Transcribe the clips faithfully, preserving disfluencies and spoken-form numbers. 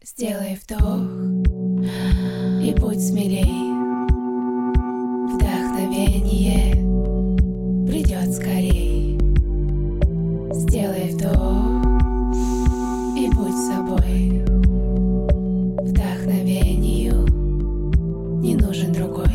Сделай вдох и будь смелей. Вдохновение придет скорей. Сделай вдох и будь собой. Вдохновению не нужен другой.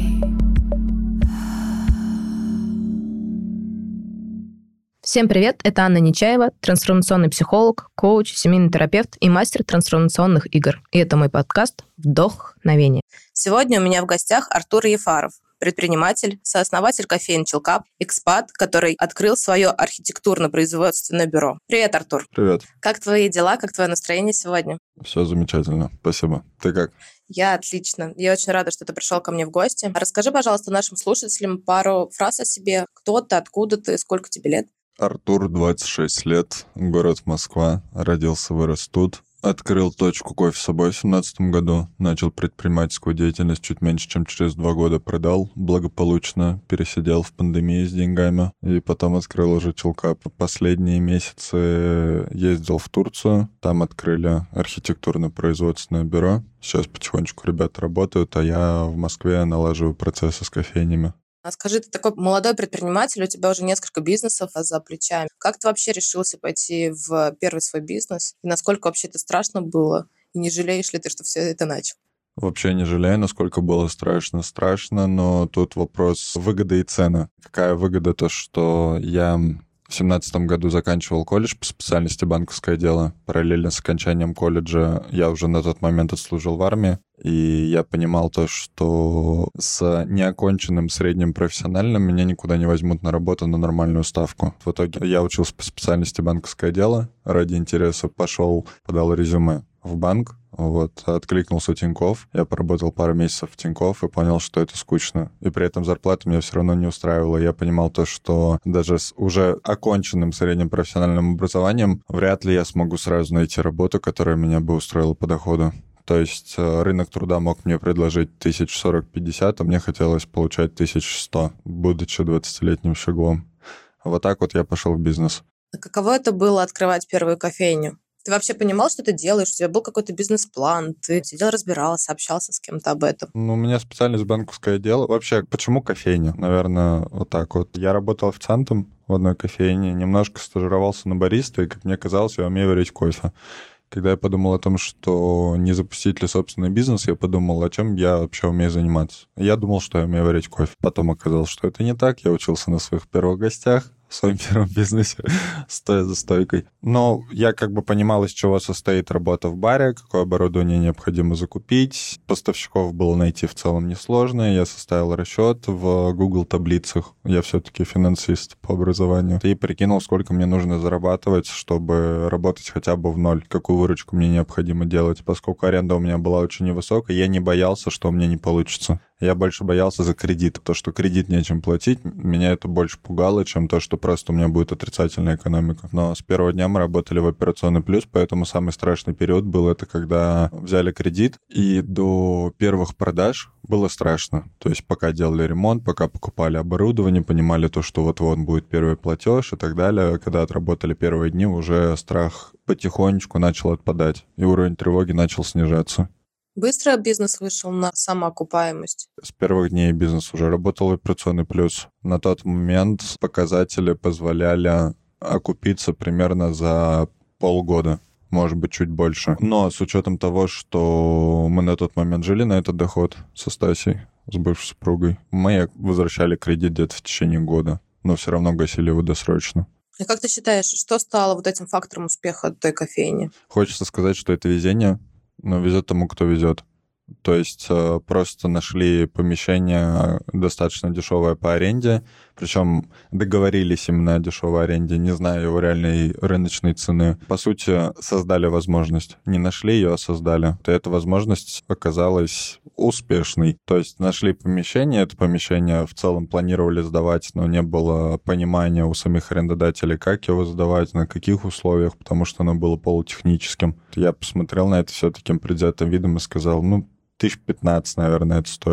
Всем привет, это Анна Нечаева, трансформационный психолог, коуч, семейный терапевт и мастер трансформационных игр. И это мой подкаст «Вдохновение». Сегодня у меня в гостях Артур Ефаров, предприниматель, сооснователь кофеин Chillcup, экспат, который открыл свое архитектурно-производственное бюро. Привет, Артур. Привет. Как твои дела, как твое настроение сегодня? Все замечательно, спасибо. Ты как? Я отлично. Я очень рада, что ты пришел ко мне в гости. Расскажи, пожалуйста, нашим слушателям пару фраз о себе. Кто ты, откуда ты, сколько тебе лет? Артур, двадцать шесть лет, город Москва, родился, вырос тут. Открыл точку кофе с собой в семнадцатом году, начал предпринимательскую деятельность чуть меньше, чем через два года продал, благополучно пересидел в пандемии с деньгами, и потом открыл уже Chillcup. Последние месяцы ездил в Турцию, там открыли архитектурно-производственное бюро. Сейчас потихонечку ребята работают, а я в Москве налаживаю процессы с кофейнями. А скажи, ты такой молодой предприниматель, у тебя уже несколько бизнесов за плечами. Как ты вообще решился пойти в первый свой бизнес? И насколько вообще это страшно было? И не жалеешь ли ты, что все это начал? Вообще не жалею, насколько было страшно. Страшно, но тут вопрос выгоды и цены. Какая выгода? То, что я в семнадцатом году заканчивал колледж по специальности банковское дело. Параллельно с окончанием колледжа я уже на тот момент отслужил в армии. И я понимал то, что с неоконченным средним профессиональным меня никуда не возьмут на работу на нормальную ставку. В итоге я учился по специальности банковское дело. Ради интереса пошел, подал резюме в банк. Вот, откликнулся Тинькофф. Я поработал пару месяцев в Тинькофф и понял, что это скучно. И при этом зарплата меня все равно не устраивала. Я понимал то, что даже с уже оконченным средним профессиональным образованием вряд ли я смогу сразу найти работу, которая меня бы устроила по доходу. То есть рынок труда мог мне предложить тысяч сорок-пятьдесят, а мне хотелось получать тысяч сто, будучи двадцатилетним щеглом. Вот так вот я пошел в бизнес. А каково это было открывать первую кофейню? Ты вообще понимал, что ты делаешь? У тебя был какой-то бизнес-план? Ты сидел, разбирался, общался с кем-то об этом? Ну, у меня специальность банковское дело. Вообще, почему кофейня? Наверное, вот так вот. Я работал официантом в одной кофейне, немножко стажировался на бариста, и, как мне казалось, я умею варить кофе. Когда я подумал о том, что не запустить ли собственный бизнес, я подумал, о чем я вообще умею заниматься. Я думал, что я умею варить кофе. Потом оказалось, что это не так. Я учился на своих первых гостях в своем первом бизнесе, стоя за стойкой. Но я как бы понимал, из чего состоит работа в баре, какое оборудование необходимо закупить. Поставщиков было найти в целом несложно. Я составил расчет в Google таблицах. Я все-таки финансист по образованию. И прикинул, сколько мне нужно зарабатывать, чтобы работать хотя бы в ноль. Какую выручку мне необходимо делать. Поскольку аренда у меня была очень невысокая, я не боялся, что у меня не получится. Я больше боялся за кредит. То, что кредит нечем платить, меня это больше пугало, чем то, что просто у меня будет отрицательная экономика. Но с первого дня мы работали в операционный плюс, поэтому самый страшный период был это, когда взяли кредит, и до первых продаж было страшно. То есть пока делали ремонт, пока покупали оборудование, понимали то, что вот-вот будет первый платеж и так далее. Когда отработали первые дни, уже страх потихонечку начал отпадать, и уровень тревоги начал снижаться. Быстро бизнес вышел на самоокупаемость? С первых дней бизнес уже работал в операционный плюс. На тот момент показатели позволяли окупиться примерно за полгода, может быть, чуть больше. Но с учетом того, что мы на тот момент жили на этот доход со Стасей, с бывшей супругой, мы возвращали кредит где-то в течение года, но все равно гасили его досрочно. И как ты считаешь, что стало вот этим фактором успеха той кофейни? Хочется сказать, что это везение, но везет тому, кто везет. То есть э, просто нашли помещение достаточно дешевое по аренде, причем договорились именно о дешевой аренде, не зная его реальной рыночной цены. По сути, создали возможность. Не нашли ее, а создали. И эта возможность оказалась успешной. То есть нашли помещение, это помещение в целом планировали сдавать, но не было понимания у самих арендодателей, как его сдавать, на каких условиях, потому что оно было полутехническим. Я посмотрел на это все таким предвзятым видом и сказал, ну, тысяч пятнадцать, наверное, это стоит.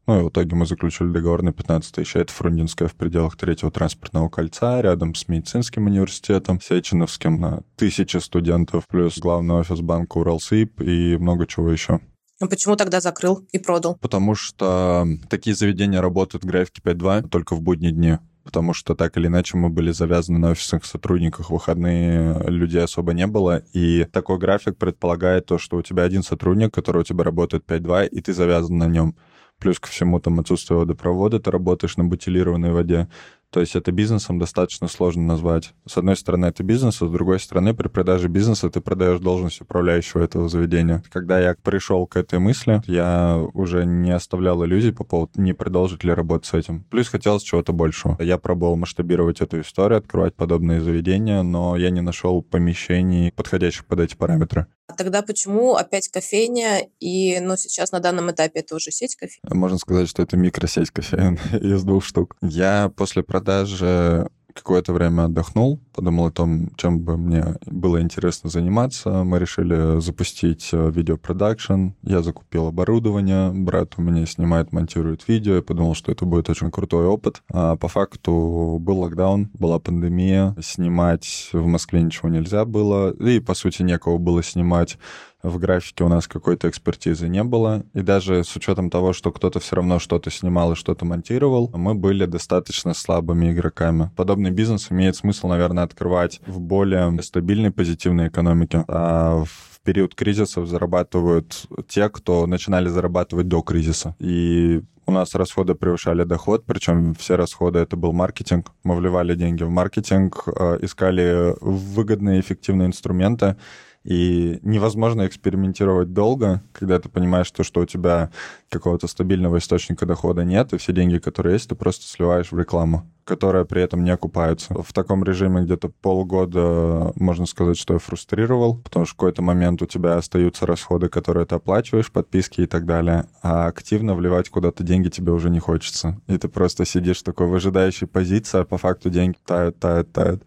Ну и в итоге мы заключили договор на пятнадцать тысяч. Это Фрунзенская в пределах третьего транспортного кольца, рядом с медицинским университетом, Сеченовским, на тысячи студентов, плюс главный офис банка Уралсиб и много чего еще. А почему тогда закрыл и продал? Потому что такие заведения работают в графике пять два только в будние дни. Потому что так или иначе мы были завязаны на офисных сотрудниках, в выходные людей особо не было, и такой график предполагает то, что у тебя один сотрудник, который у тебя работает пять два, и ты завязан на нем. Плюс ко всему там отсутствие водопровода, ты работаешь на бутилированной воде. То есть это бизнесом достаточно сложно назвать. С одной стороны, это бизнес, а с другой стороны, при продаже бизнеса ты продаешь должность управляющего этого заведения. Когда я пришел к этой мысли, я уже не оставлял иллюзий по поводу, не продолжить ли работать с этим. Плюс хотелось чего-то большего. Я пробовал масштабировать эту историю, открывать подобные заведения, но я не нашел помещений, подходящих под эти параметры. А тогда почему опять кофейня? И, ну, сейчас на данном этапе это уже сеть кофеин? Можно сказать, что это микросеть кофеин из двух штук. Я после продажи какое-то время отдохнул, подумал о том, чем бы мне было интересно заниматься. Мы решили запустить видеопродакшн. Я закупил оборудование, брат у меня снимает, монтирует видео. Я подумал, что это будет очень крутой опыт. А по факту был локдаун, была пандемия. Снимать в Москве ничего нельзя было. И, по сути, некого было снимать. В графике у нас какой-то экспертизы не было. И даже с учетом того, что кто-то все равно что-то снимал и что-то монтировал, мы были достаточно слабыми игроками. Подобный бизнес имеет смысл, наверное, открывать в более стабильной, позитивной экономике. А в период кризисов зарабатывают те, кто начинали зарабатывать до кризиса. И у нас расходы превышали доход, причем все расходы — это был маркетинг. Мы вливали деньги в маркетинг, искали выгодные, эффективные инструменты. И невозможно экспериментировать долго, когда ты понимаешь, то, что у тебя какого-то стабильного источника дохода нет, и все деньги, которые есть, ты просто сливаешь в рекламу, которая при этом не окупается. В таком режиме где-то полгода, можно сказать, что я фрустрировал, потому что в какой-то момент у тебя остаются расходы, которые ты оплачиваешь, подписки и так далее, а активно вливать куда-то деньги тебе уже не хочется. И ты просто сидишь в такой выжидающей позиции, а по факту деньги тают, тают, тают.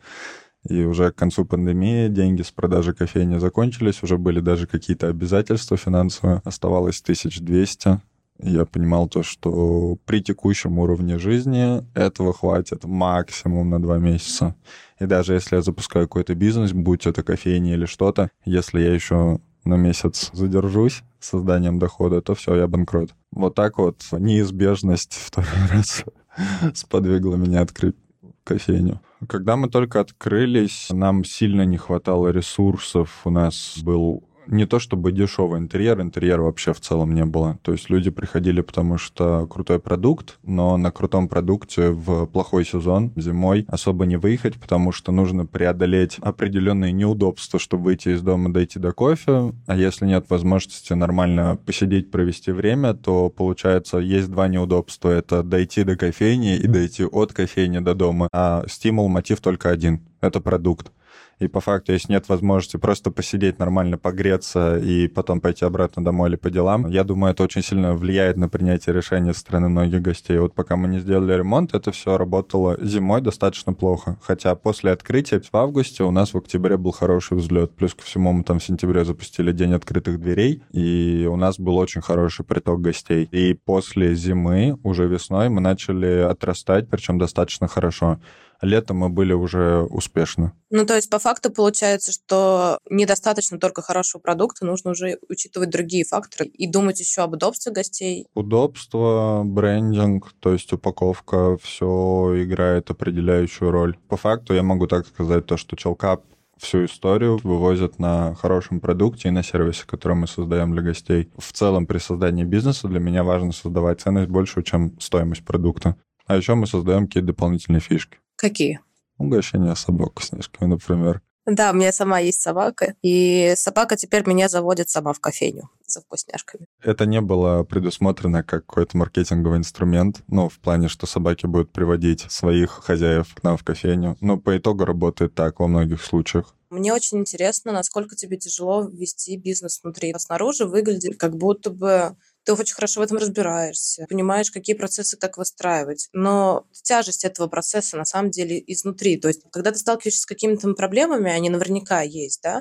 И уже к концу пандемии деньги с продажи кофейни закончились, уже были даже какие-то обязательства финансовые, оставалось тысяча двести. И я понимал то, что при текущем уровне жизни этого хватит максимум на два месяца. И даже если я запускаю какой-то бизнес, будь это кофейня или что-то, если я еще на месяц задержусь с созданием дохода, то все, я банкрот. Вот так вот неизбежность второй раз сподвигла меня открыть кофейню. Когда мы только открылись, нам сильно не хватало ресурсов. У нас был не то чтобы дешевый интерьер, интерьера вообще в целом не было. То есть люди приходили, потому что крутой продукт, но на крутом продукте в плохой сезон зимой особо не выехать, потому что нужно преодолеть определенные неудобства, чтобы выйти из дома, дойти до кофе. А если нет возможности нормально посидеть, провести время, то, получается, есть два неудобства. Это дойти до кофейни и дойти от кофейни до дома. А стимул, мотив только один — это продукт. И по факту, если нет возможности просто посидеть нормально, погреться и потом пойти обратно домой или по делам, я думаю, это очень сильно влияет на принятие решения со стороны многих гостей. Вот пока мы не сделали ремонт, это все работало зимой достаточно плохо. Хотя после открытия в августе у нас в октябре был хороший взлет. Плюс ко всему мы там в сентябре запустили день открытых дверей, и у нас был очень хороший приток гостей. И после зимы, уже весной, мы начали отрастать, причем достаточно хорошо. Летом мы были уже успешны. Ну, то есть по факту получается, что недостаточно только хорошего продукта, нужно уже учитывать другие факторы и думать еще об удобстве гостей. Удобство, брендинг, то есть упаковка, все играет определяющую роль. По факту я могу так сказать, то, что Челкап всю историю вывозят на хорошем продукте и на сервисе, который мы создаем для гостей. В целом при создании бизнеса для меня важно создавать ценность большую, чем стоимость продукта. А еще мы создаем какие-то дополнительные фишки. Какие? Угощение собак вкусняшками, например. Да, у меня сама есть собака, и собака теперь меня заводит сама в кофейню за вкусняшками. Это не было предусмотрено как какой-то маркетинговый инструмент, ну, в плане, что собаки будут приводить своих хозяев к нам в кофейню. Но по итогу работает так во многих случаях. Мне очень интересно, насколько тебе тяжело вести бизнес внутри. А снаружи выглядит, как будто бы ты очень хорошо в этом разбираешься, понимаешь, какие процессы как выстраивать. Но тяжесть этого процесса на самом деле изнутри. То есть, когда ты сталкиваешься с какими-то проблемами, они наверняка есть, да,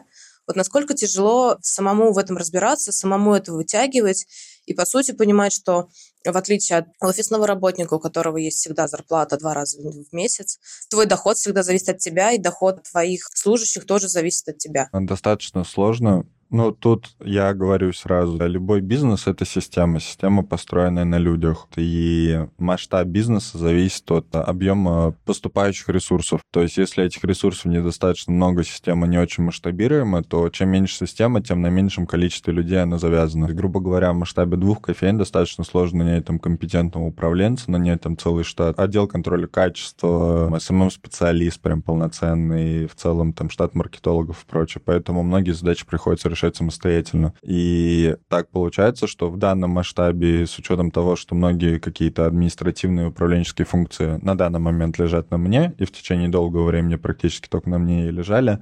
Вот насколько тяжело самому в этом разбираться, самому это вытягивать и, по сути, понимать, что в отличие от офисного работника, у которого есть всегда зарплата два раза в месяц, твой доход всегда зависит от тебя, и доход твоих служащих тоже зависит от тебя. Достаточно сложно. Ну, тут я говорю сразу, любой бизнес — это система, система, построенная на людях. И масштаб бизнеса зависит от объема поступающих ресурсов. То есть если этих ресурсов недостаточно много, система не очень масштабируема, то чем меньше система, тем на меньшем количестве людей она завязана. И, грубо говоря, в масштабе двух кофеин достаточно сложно нанять там компетентного управленца, нанять там целый штат, отдел контроля качества, эс эм эм-специалист прям полноценный, в целом там штат маркетологов и прочее. Поэтому многие задачи приходится решать самостоятельно. И так получается, что в данном масштабе, с учетом того, что многие какие-то административные управленческие функции на данный момент лежат на мне, и в течение долгого времени практически только на мне и лежали,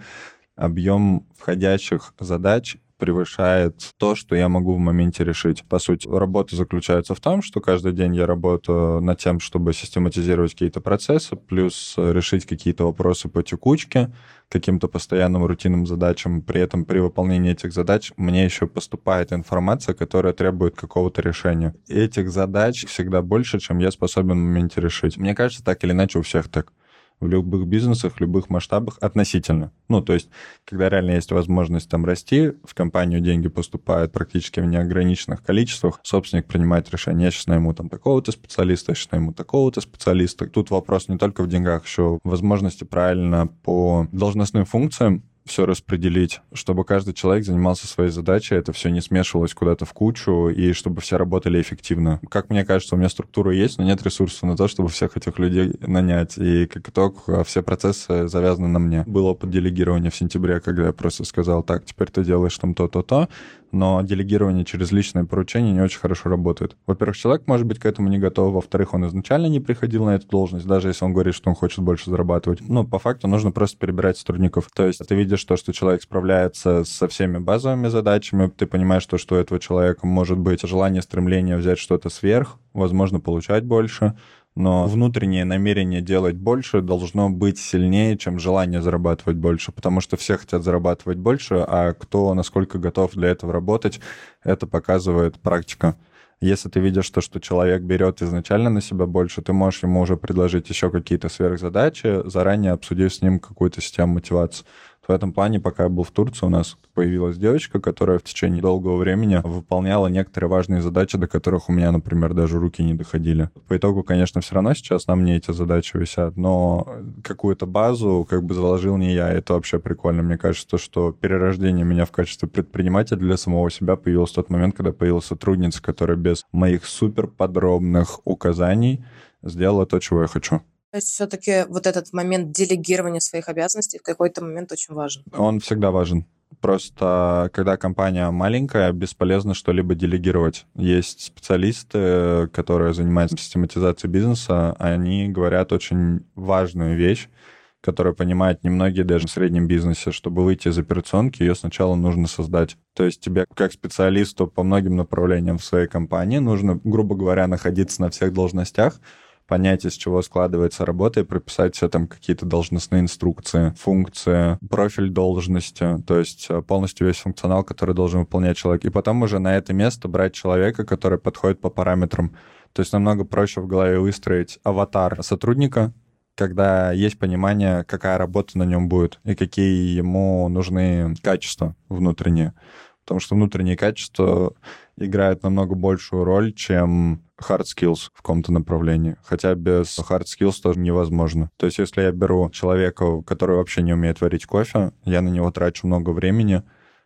объем входящих задач превышает то, что я могу в моменте решить. По сути, работа заключается в том, что каждый день я работаю над тем, чтобы систематизировать какие-то процессы, плюс решить какие-то вопросы по текучке, каким-то постоянным рутинным задачам. При этом при выполнении этих задач мне еще поступает информация, которая требует какого-то решения. И этих задач всегда больше, чем я способен в моменте решить. Мне кажется, так или иначе у всех так. В любых бизнесах, в любых масштабах относительно. Ну, то есть, когда реально есть возможность там расти, в компанию деньги поступают практически в неограниченных количествах, собственник принимает решение, я сейчас найму там такого-то специалиста, я сейчас найму такого-то специалиста. Тут вопрос не только в деньгах, еще в возможности правильно по должностным функциям все распределить, чтобы каждый человек занимался своей задачей, это все не смешивалось куда-то в кучу, и чтобы все работали эффективно. Как мне кажется, у меня структура есть, но нет ресурсов на то, чтобы всех этих людей нанять. И как итог, все процессы завязаны на мне. Был опыт делегирования в сентябре, когда я просто сказал, так, теперь ты делаешь там то-то, то, но делегирование через личное поручение не очень хорошо работает. Во-первых, человек может быть к этому не готов, во-вторых, он изначально не приходил на эту должность, даже если он говорит, что он хочет больше зарабатывать. Ну, по факту нужно просто перебирать сотрудников. То есть ты видишь то, что человек справляется со всеми базовыми задачами, ты понимаешь то, что у этого человека может быть желание, стремление взять что-то сверх, возможно, получать больше, но внутреннее намерение делать больше должно быть сильнее, чем желание зарабатывать больше, потому что все хотят зарабатывать больше, а кто насколько готов для этого работать, это показывает практика. Если ты видишь то, что человек берет изначально на себя больше, ты можешь ему уже предложить еще какие-то сверхзадачи, заранее обсудив с ним какую-то систему мотивации. В этом плане, пока я был в Турции, у нас появилась девочка, которая в течение долгого времени выполняла некоторые важные задачи, до которых у меня, например, даже руки не доходили. По итогу, конечно, все равно сейчас на мне эти задачи висят, но какую-то базу как бы заложил не я, это вообще прикольно. Мне кажется, что перерождение меня в качестве предпринимателя для самого себя появилось в тот момент, когда появилась сотрудница, которая без моих суперподробных указаний сделала то, чего я хочу. То есть все-таки вот этот момент делегирования своих обязанностей в какой-то момент очень важен. Он всегда важен. Просто когда компания маленькая, бесполезно что-либо делегировать. Есть специалисты, которые занимаются систематизацией бизнеса, они говорят очень важную вещь, которую понимают немногие даже в среднем бизнесе. Чтобы выйти из операционки, ее сначала нужно создать. То есть тебе, как специалисту по многим направлениям в своей компании, нужно, грубо говоря, находиться на всех должностях, понять, из чего складывается работа, и прописать все там какие-то должностные инструкции, функции, профиль должности, то есть полностью весь функционал, который должен выполнять человек. И потом уже на это место брать человека, который подходит по параметрам. То есть намного проще в голове выстроить аватар сотрудника, когда есть понимание, какая работа на нем будет и какие ему нужны качества внутренние. Потому что внутренние качества играют намного большую роль, чем hard skills в каком-то направлении. Хотя без hard skills тоже невозможно. То есть если я беру человека, который вообще не умеет варить кофе, я на него трачу много времени,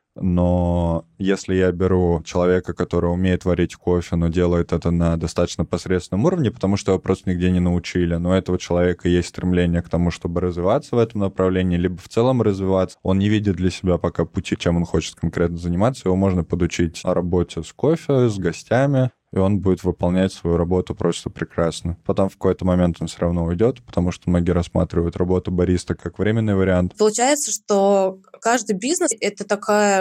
но если я беру человека, который умеет варить кофе, но делает это на достаточно посредственном уровне, потому что его просто нигде не научили, но у этого человека есть стремление к тому, чтобы развиваться в этом направлении, либо в целом развиваться, он не видит для себя пока пути, чем он хочет конкретно заниматься, его можно подучить о работе с кофе, с гостями, и он будет выполнять свою работу просто прекрасно. Потом в какой-то момент он все равно уйдет, потому что многие рассматривают работу бариста как временный вариант. Получается, что каждый бизнес — это такая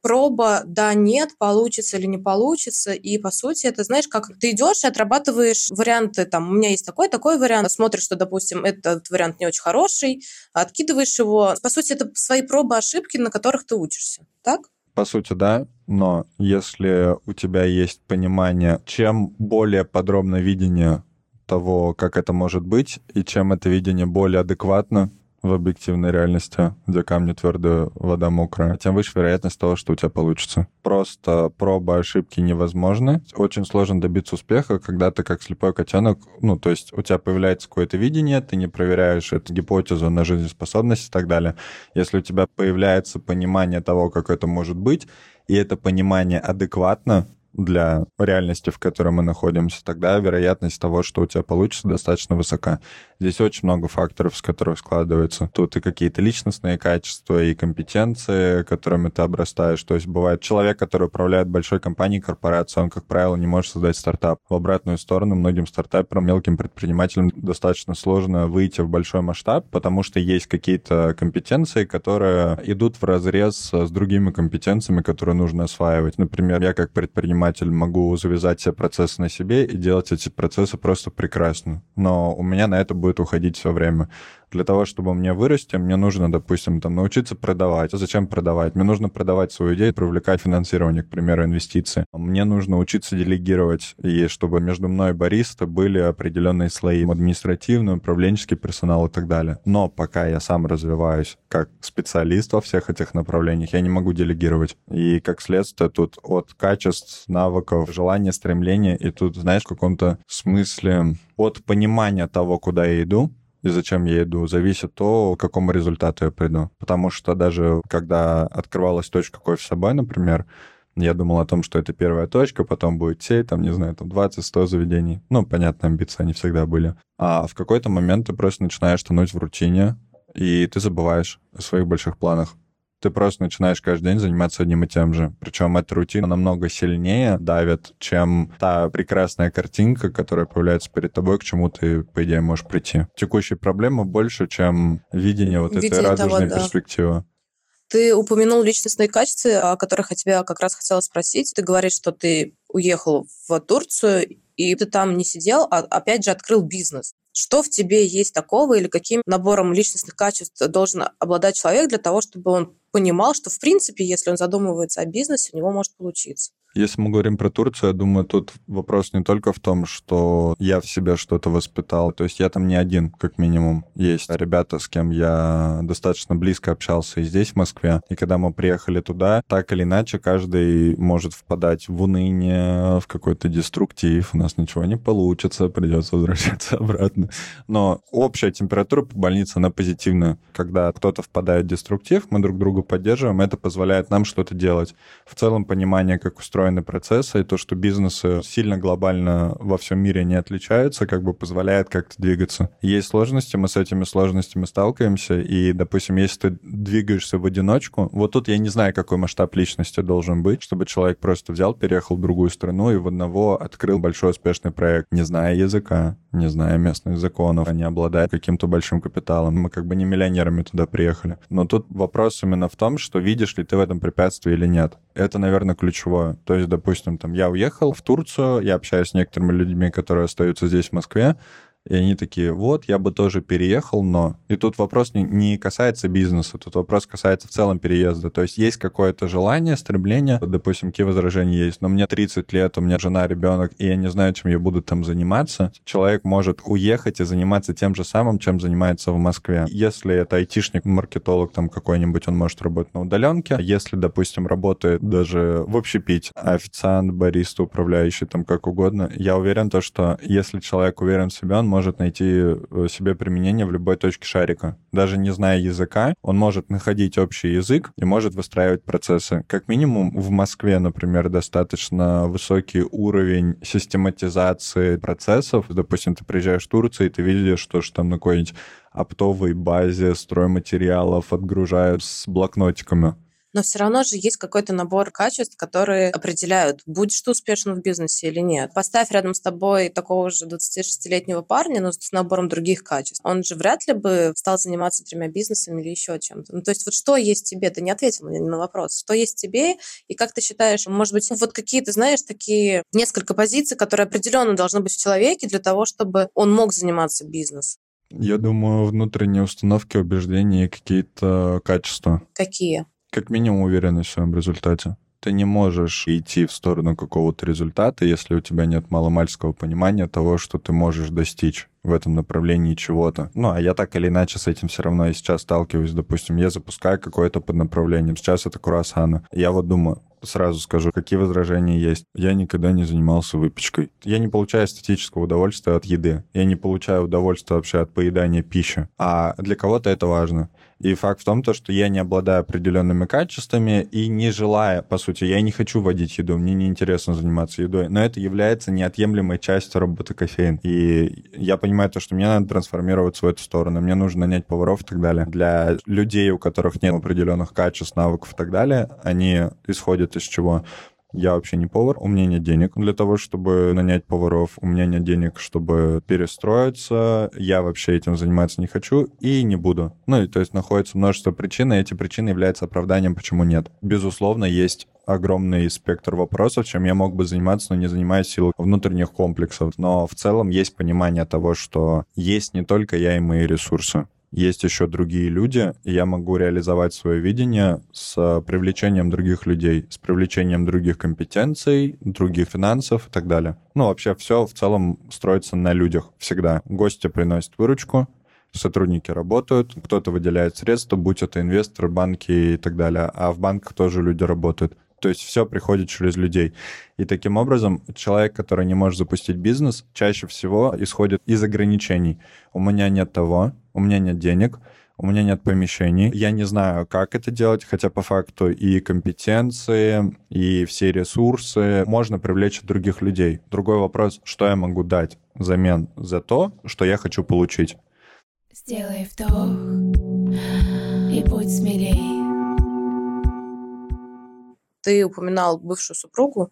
проба, да, нет, получится или не получится. И, по сути, это, знаешь, как ты идешь и отрабатываешь варианты, там, у меня есть такой, такой вариант, смотришь, что, допустим, этот вариант не очень хороший, откидываешь его. По сути, это свои пробы, ошибки, на которых ты учишься, так? По сути, да, но если у тебя есть понимание, чем более подробное видение того, как это может быть, и чем это видение более адекватно в объективной реальности, где камни твердые, вода мокрая, тем выше вероятность того, что у тебя получится. Просто проба, ошибки невозможны. Очень сложно добиться успеха, когда ты как слепой котенок, ну, то есть у тебя появляется какое-то видение, ты не проверяешь эту гипотезу на жизнеспособность и так далее. Если у тебя появляется понимание того, как это может быть, и это понимание адекватно для реальности, в которой мы находимся, тогда вероятность того, что у тебя получится, достаточно высока. Здесь очень много факторов, с которых складывается. Тут и какие-то личностные качества, и компетенции, которыми ты обрастаешь. То есть бывает человек, который управляет большой компанией, корпорацией, он, как правило, не может создать стартап. В обратную сторону многим стартаперам, мелким предпринимателям достаточно сложно выйти в большой масштаб, потому что есть какие-то компетенции, которые идут вразрез с другими компетенциями, которые нужно осваивать. Например, я как предприниматель могу завязать все процессы на себе и делать эти процессы просто прекрасно. Но у меня на это будет уходить все время. Для того, чтобы мне вырасти, мне нужно, допустим, там, научиться продавать. А зачем продавать? Мне нужно продавать свою идею, привлекать финансирование, к примеру, инвестиции. Мне нужно учиться делегировать, и чтобы между мной и бариста были определенные слои: административный, управленческий персонал и так далее. Но пока я сам развиваюсь как специалист во всех этих направлениях, я не могу делегировать. И, как следствие, тут от качеств, навыков, желания, стремления, и тут, знаешь, в каком-то смысле от понимания того, куда я иду, и зачем я иду, зависит то, к какому результату я приду. Потому что даже когда открывалась точка кофе с собой, например, я думал о том, что это первая точка, потом будет сеть, там, не знаю, там двадцать-сто заведений. Ну, понятно, амбиции они всегда были. А в какой-то момент ты просто начинаешь тонуть в рутине, и ты забываешь о своих больших планах. Ты просто начинаешь каждый день заниматься одним и тем же. Причем эта рутина намного сильнее давит, чем та прекрасная картинка, которая появляется перед тобой, к чему ты, по идее, можешь прийти. Текущие проблемы больше, чем видение вот Видение этой радужной того, да. перспективы. Ты упомянул личностные качества, о которых я тебя как раз хотела спросить. Ты говоришь, что ты уехал в Турцию, и ты там не сидел, а опять же открыл бизнес. Что в тебе есть такого, или каким набором личностных качеств должен обладать человек для того, чтобы он понимал, что, в принципе, если он задумывается о бизнесе, у него может получиться? Если мы говорим про Турцию, я думаю, тут вопрос не только в том, что я в себе что-то воспитал. То есть я там не один, как минимум. Есть ребята, с кем я достаточно близко общался и здесь, в Москве. И когда мы приехали туда, так или иначе, каждый может впадать в уныние, в какой-то деструктив. У нас ничего не получится, придется возвращаться обратно. Но общая температура по больнице, она позитивная. Когда кто-то впадает в деструктив, мы друг друга поддерживаем, это позволяет нам что-то делать. В целом понимание, как устроен процессы, и то, что бизнесы сильно глобально во всем мире не отличаются, как бы позволяет как-то двигаться. Есть сложности, мы с этими сложностями сталкиваемся, и, допустим, если ты двигаешься в одиночку, вот тут я не знаю, какой масштаб личности должен быть, чтобы человек просто взял, переехал в другую страну и в одного открыл большой успешный проект, не зная языка, не зная местных законов, не обладая каким-то большим капиталом. Мы как бы не миллионерами туда приехали. Но тут вопрос именно в том, что видишь ли ты в этом препятствие или нет. Это, наверное, ключевое. То есть, допустим, там я уехал в Турцию, я общаюсь с некоторыми людьми, которые остаются здесь, в Москве, и они такие: вот, я бы тоже переехал, но... И тут вопрос не, не касается бизнеса, тут вопрос касается в целом переезда. То есть есть какое-то желание, стремление, допустим, какие возражения есть, но мне тридцать лет, у меня жена, ребенок, и я не знаю, чем я буду там заниматься. Человек может уехать и заниматься тем же самым, чем занимается в Москве. Если это айтишник, маркетолог там какой-нибудь, он может работать на удаленке. Если, допустим, работает даже в общепите, официант, бариста, управляющий, там как угодно, я уверен, то, что если человек уверен в себе, он может найти себе применение в любой точке шарика. Даже не зная языка, он может находить общий язык и может выстраивать процессы. Как минимум в Москве, например, достаточно высокий уровень систематизации процессов. Допустим, ты приезжаешь в Турцию, и ты видишь, что, что там на какой-нибудь оптовой базе стройматериалов отгружают с блокнотиками. Но все равно же есть какой-то набор качеств, которые определяют, будешь ты успешен в бизнесе или нет. Поставь рядом с тобой такого же двадцатишестилетнего парня, но с набором других качеств. Он же вряд ли бы стал заниматься тремя бизнесами или еще чем-то. Ну, то есть вот что есть тебе? Ты не ответил мне на вопрос. Что есть тебе? И как ты считаешь, может быть, вот какие-то, знаешь, такие несколько позиций, которые определенно должны быть в человеке для того, чтобы он мог заниматься бизнесом? Я думаю, внутренние установки, убеждения и какие-то качества. Какие? Как минимум уверенность в своем результате. Ты не можешь идти в сторону какого-то результата, если у тебя нет маломальского понимания того, что ты можешь достичь в этом направлении чего-то. Ну, а я так или иначе с этим все равно и сейчас сталкиваюсь. Допустим, я запускаю какое-то поднаправление. Сейчас это круассаны. Я вот думаю, сразу скажу, какие возражения есть. Я никогда не занимался выпечкой. Я не получаю эстетического удовольствия от еды. Я не получаю удовольствия вообще от поедания пищи. А для кого-то это важно. И факт в том, то, что я не обладаю определенными качествами и не желая, по сути, я не хочу водить еду, мне неинтересно заниматься едой, но это является неотъемлемой частью работы кофеин. И я понимаю то, что мне надо трансформироваться в эту сторону, мне нужно нанять поваров и так далее. Для людей, у которых нет определенных качеств, навыков и так далее, они исходят из чего? Я вообще не повар, у меня нет денег для того, чтобы нанять поваров, у меня нет денег, чтобы перестроиться, я вообще этим заниматься не хочу и не буду. Ну, и то есть находится множество причин, и эти причины являются оправданием, почему нет. Безусловно, есть огромный спектр вопросов, чем я мог бы заниматься, но не занимаясь силой внутренних комплексов. Но в целом есть понимание того, что есть не только я и мои ресурсы. Есть еще другие люди, и я могу реализовать свое видение с привлечением других людей, с привлечением других компетенций, других финансов и так далее. Ну, вообще все в целом строится на людях всегда. Гости приносят выручку, сотрудники работают, кто-то выделяет средства, будь это инвесторы, банки и так далее, а в банках тоже люди работают. То есть все приходит через людей. И таким образом человек, который не может запустить бизнес, чаще всего исходит из ограничений. У меня нет того, у меня нет денег, у меня нет помещений, я не знаю, как это делать, хотя по факту и компетенции, и все ресурсы можно привлечь от других людей. Другой вопрос, что я могу дать взамен за то, что я хочу получить. Сделай вдох и будь смелей. Ты упоминал бывшую супругу,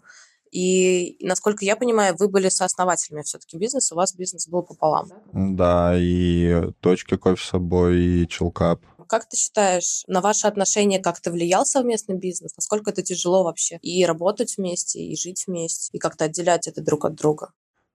и, насколько я понимаю, вы были сооснователями все-таки бизнеса, у вас бизнес был пополам. Да, и точки кофе с собой, и чилкап. Как ты считаешь, на ваши отношения как-то влиял совместный бизнес? Насколько это тяжело вообще? И работать вместе, и жить вместе, и как-то отделять это друг от друга?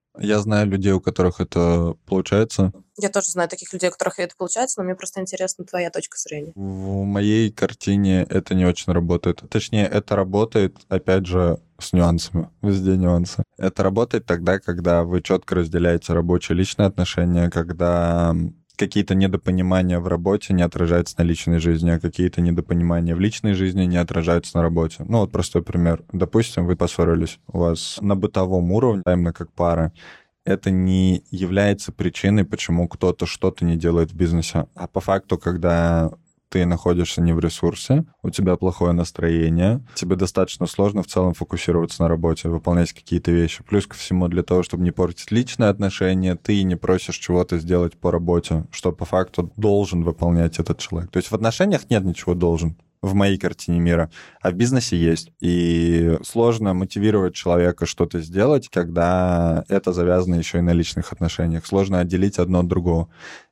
Я знаю людей, у которых это получается. Я тоже знаю таких людей, у которых это получается, но мне просто интересна твоя точка зрения. В моей картине это не очень работает. Точнее, это работает, опять же, с нюансами. Везде нюансы. Это работает тогда, когда вы четко разделяете рабочие и личные отношения, когда какие-то недопонимания в работе не отражаются на личной жизни, а какие-то недопонимания в личной жизни не отражаются на работе. Ну, вот простой пример. Допустим, вы поссорились, у вас на бытовом уровне, именно как пара, это не является причиной, почему кто-то что-то не делает в бизнесе. А по факту, когда ты находишься не в ресурсе, у тебя плохое настроение, тебе достаточно сложно в целом фокусироваться на работе, выполнять какие-то вещи. Плюс ко всему, для того, чтобы не портить личные отношения, ты не просишь чего-то сделать по работе, что по факту должен выполнять этот человек. То есть в отношениях нет ничего должен. В моей картине мира, а в бизнесе есть. И сложно мотивировать человека что-то сделать, когда это завязано еще и на личных отношениях. Сложно отделить одно от другого.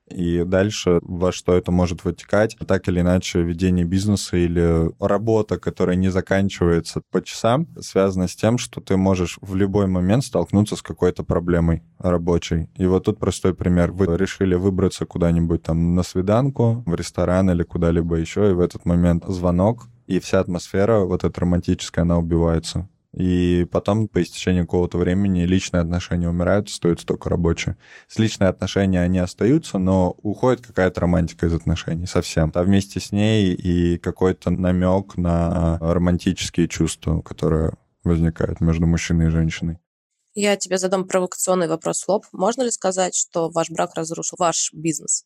И дальше во что это может вытекать, так или иначе, ведение бизнеса или работа, которая не заканчивается по часам, связана с тем, что ты можешь в любой момент столкнуться с какой-то проблемой рабочей. И вот тут простой пример. Вы решили выбраться куда-нибудь там на свиданку, в ресторан или куда-либо еще, и в этот момент звонок, и вся атмосфера вот эта романтическая, она убивается. И потом, по истечении какого-то времени, личные отношения умирают, остаются только рабочие. С личные отношения они остаются, но уходит какая-то романтика из отношений совсем. А вместе с ней и какой-то намек на романтические чувства, которые возникают между мужчиной и женщиной. Я тебе задам провокационный вопрос в лоб. Можно ли сказать, что ваш брак разрушил ваш бизнес?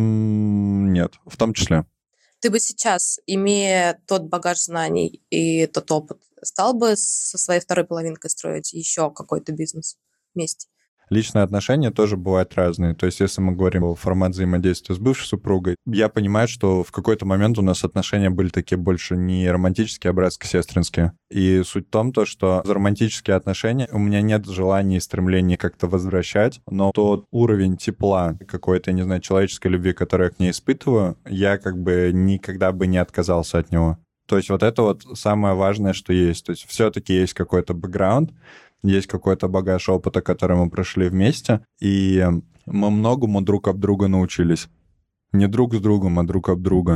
Нет, в том числе. Ты бы сейчас, имея тот багаж знаний и тот опыт, стал бы со своей второй половинкой строить еще какой-то бизнес вместе? Личные отношения тоже бывают разные. То есть если мы говорим о формате взаимодействия с бывшей супругой, я понимаю, что в какой-то момент у нас отношения были такие больше не романтические, а братско-сестринские. И суть в том, то, что за романтические отношения у меня нет желания и стремления как-то возвращать, но тот уровень тепла, какой-то, не знаю, человеческой любви, которую я к ней испытываю, я как бы никогда бы не отказался от него. То есть вот это вот самое важное, что есть. То есть все-таки есть какой-то бэкграунд, есть какой-то багаж опыта, который мы прошли вместе, и мы многому друг об друга научились. Не друг с другом, а друг об друга.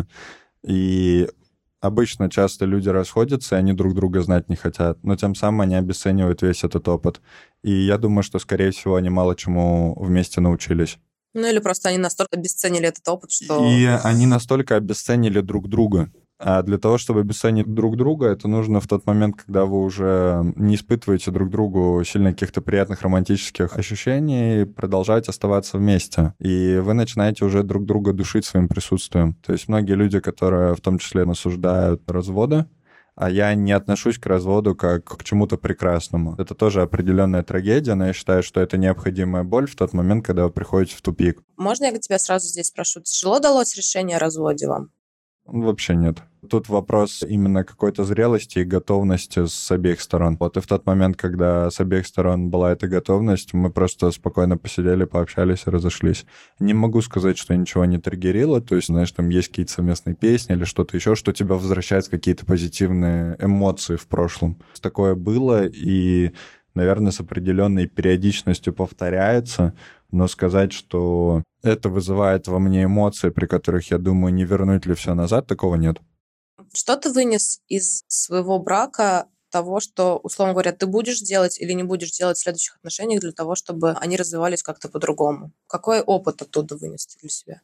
И обычно часто люди расходятся, и они друг друга знать не хотят, но тем самым они обесценивают весь этот опыт. И я думаю, что, скорее всего, они мало чему вместе научились. Ну или просто они настолько обесценили этот опыт, что... И они настолько обесценили друг друга. А для того, чтобы обесценить друг друга, это нужно в тот момент, когда вы уже не испытываете друг другу сильно каких-то приятных романтических ощущений, продолжать оставаться вместе. И вы начинаете уже друг друга душить своим присутствием. То есть многие люди, которые в том числе осуждают разводы, а я не отношусь к разводу как к чему-то прекрасному. Это тоже определенная трагедия, но я считаю, что это необходимая боль в тот момент, когда вы приходите в тупик. Можно я тебя сразу здесь спрошу? Тяжело далось решение о разводе вам? Вообще нет. Тут вопрос именно какой-то зрелости и готовности с обеих сторон. Вот и в тот момент, когда с обеих сторон была эта готовность, мы просто спокойно посидели, пообщались и разошлись. Не могу сказать, что ничего не триггерило, то есть, знаешь, там есть какие-то совместные песни или что-то еще, что тебя возвращает в какие-то позитивные эмоции в прошлом. Такое было, и, наверное, с определенной периодичностью повторяется, но сказать, что это вызывает во мне эмоции, при которых я думаю, не вернуть ли все назад, такого нет. Что ты вынес из своего брака того, что, условно говоря, ты будешь делать или не будешь делать в следующих отношениях для того, чтобы они развивались как-то по-другому? Какой опыт оттуда вынес ты для себя?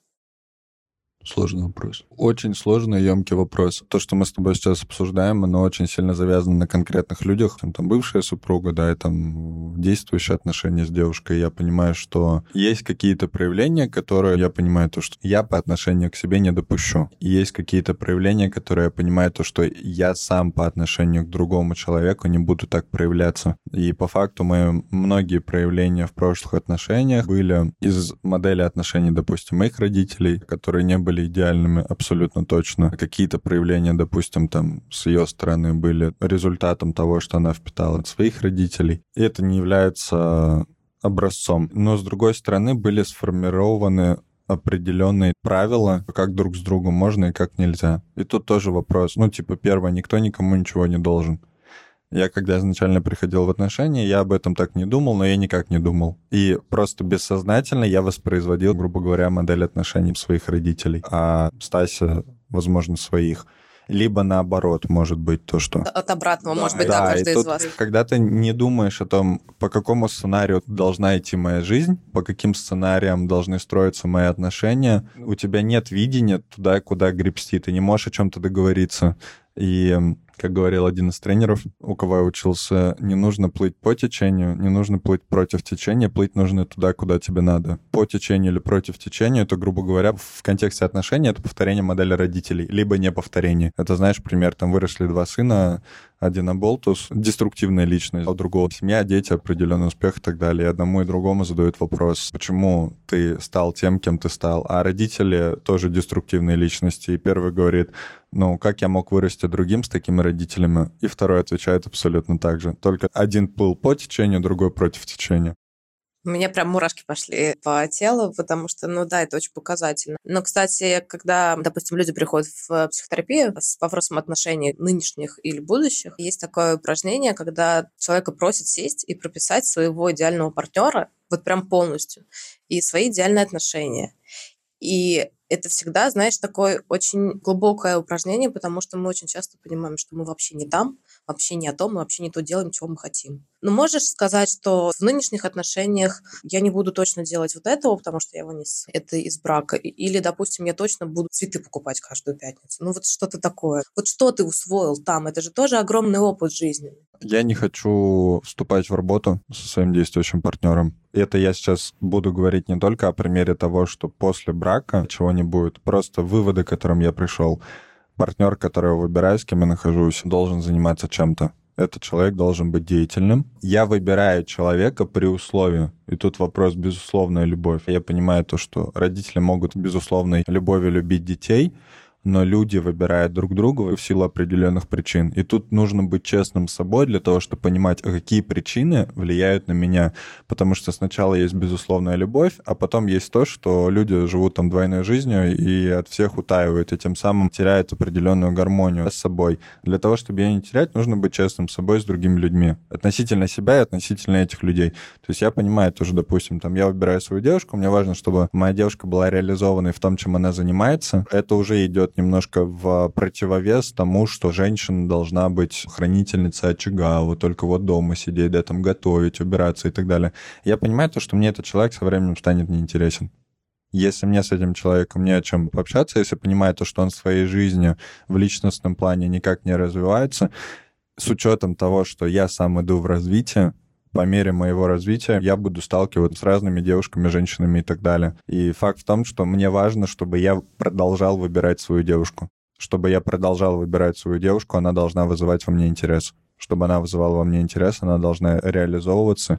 Сложный вопрос. Очень сложный и емкий вопрос. То, что мы с тобой сейчас обсуждаем, оно очень сильно завязано на конкретных людях. Там, там бывшая супруга, да, и там действующие отношения с девушкой. Я понимаю, что есть какие-то проявления, которые я понимаю, то, что я по отношению к себе не допущу. И есть какие-то проявления, которые я понимаю, то, что я сам по отношению к другому человеку не буду так проявляться. И по факту мы многие проявления в прошлых отношениях были из модели отношений, допустим, моих родителей, которые не были идеальными абсолютно точно. Какие-то проявления, допустим, там с ее стороны были результатом того, что она впитала от своих родителей. И это не является образцом. Но, с другой стороны, были сформированы определенные правила, как друг с другом можно и как нельзя. И тут тоже вопрос. Ну, типа, первое, никто никому ничего не должен. Я, когда изначально приходил в отношения, я об этом так не думал, но я никак не думал. И просто бессознательно я воспроизводил, грубо говоря, модель отношений своих родителей, а Стася, возможно, своих. Либо наоборот, может быть, то, что... От обратного, да, может быть, да, да, каждый из вас. Когда ты не думаешь о том, по какому сценарию должна идти моя жизнь, по каким сценариям должны строиться мои отношения, у тебя нет видения туда, куда гребсти, ты не можешь о чем-то договориться. И, как говорил один из тренеров, у кого я учился, не нужно плыть по течению, не нужно плыть против течения, плыть нужно туда, куда тебе надо. По течению или против течения, это, грубо говоря, в контексте отношений это повторение модели родителей, либо не повторение. Это, знаешь, пример, там выросли два сына, один оболтус, деструктивная личность, а у другого семья, дети, определенный успех и так далее. И одному и другому задают вопрос, почему ты стал тем, кем ты стал. А родители тоже деструктивные личности. И первый говорит, ну, как я мог вырасти другим с такими родителями? И второй отвечает абсолютно так же. Только один плыл по течению, другой против течения. У меня прям мурашки пошли по телу, потому что, ну да, это очень показательно. Но, кстати, когда, допустим, люди приходят в психотерапию с вопросом отношений нынешних или будущих, есть такое упражнение, когда человека просят сесть и прописать своего идеального партнера вот прям полностью и свои идеальные отношения. И это всегда, знаешь, такое очень глубокое упражнение, потому что мы очень часто понимаем, что мы вообще не там, вообще не о том, мы вообще не то делаем, чего мы хотим. Но можешь сказать, что в нынешних отношениях я не буду точно делать вот этого, потому что я вынес это из брака, или, допустим, я точно буду цветы покупать каждую пятницу. Ну вот что-то такое. Вот что ты усвоил там? Это же тоже огромный опыт жизни. Я не хочу вступать в работу со своим действующим партнером. И это я сейчас буду говорить не только о примере того, что после брака чего не будет, просто выводы, к которым я пришел. Партнер, которого выбираю, с кем я нахожусь, должен заниматься чем-то. Этот человек должен быть деятельным. Я выбираю человека при условии, и тут вопрос безусловная любовь. Я понимаю то, что родители могут безусловной любовью любить детей, но люди выбирают друг друга в силу определенных причин. И тут нужно быть честным с собой для того, чтобы понимать, а какие причины влияют на меня. Потому что сначала есть безусловная любовь, а потом есть то, что люди живут там двойной жизнью и от всех утаивают, и тем самым теряют определенную гармонию с собой. Для того, чтобы ее не терять, нужно быть честным с собой, с другими людьми. Относительно себя и относительно этих людей. То есть я понимаю тоже, допустим, там я выбираю свою девушку, мне важно, чтобы моя девушка была реализованной в том, чем она занимается. Это уже идет немножко в противовес тому, что женщина должна быть хранительницей очага, вот только вот дома сидеть, да, там готовить, убираться и так далее. Я понимаю то, что мне этот человек со временем станет неинтересен. Если мне с этим человеком не о чем пообщаться, если понимаю то, что он в своей жизни в личностном плане никак не развивается, с учетом того, что я сам иду в развитие, по мере моего развития я буду сталкиваться с разными девушками, женщинами и так далее. И факт в том, что мне важно, чтобы я продолжал выбирать свою девушку. Чтобы я продолжал выбирать свою девушку, она должна вызывать во мне интерес. Чтобы она вызывала во мне интерес, она должна реализовываться.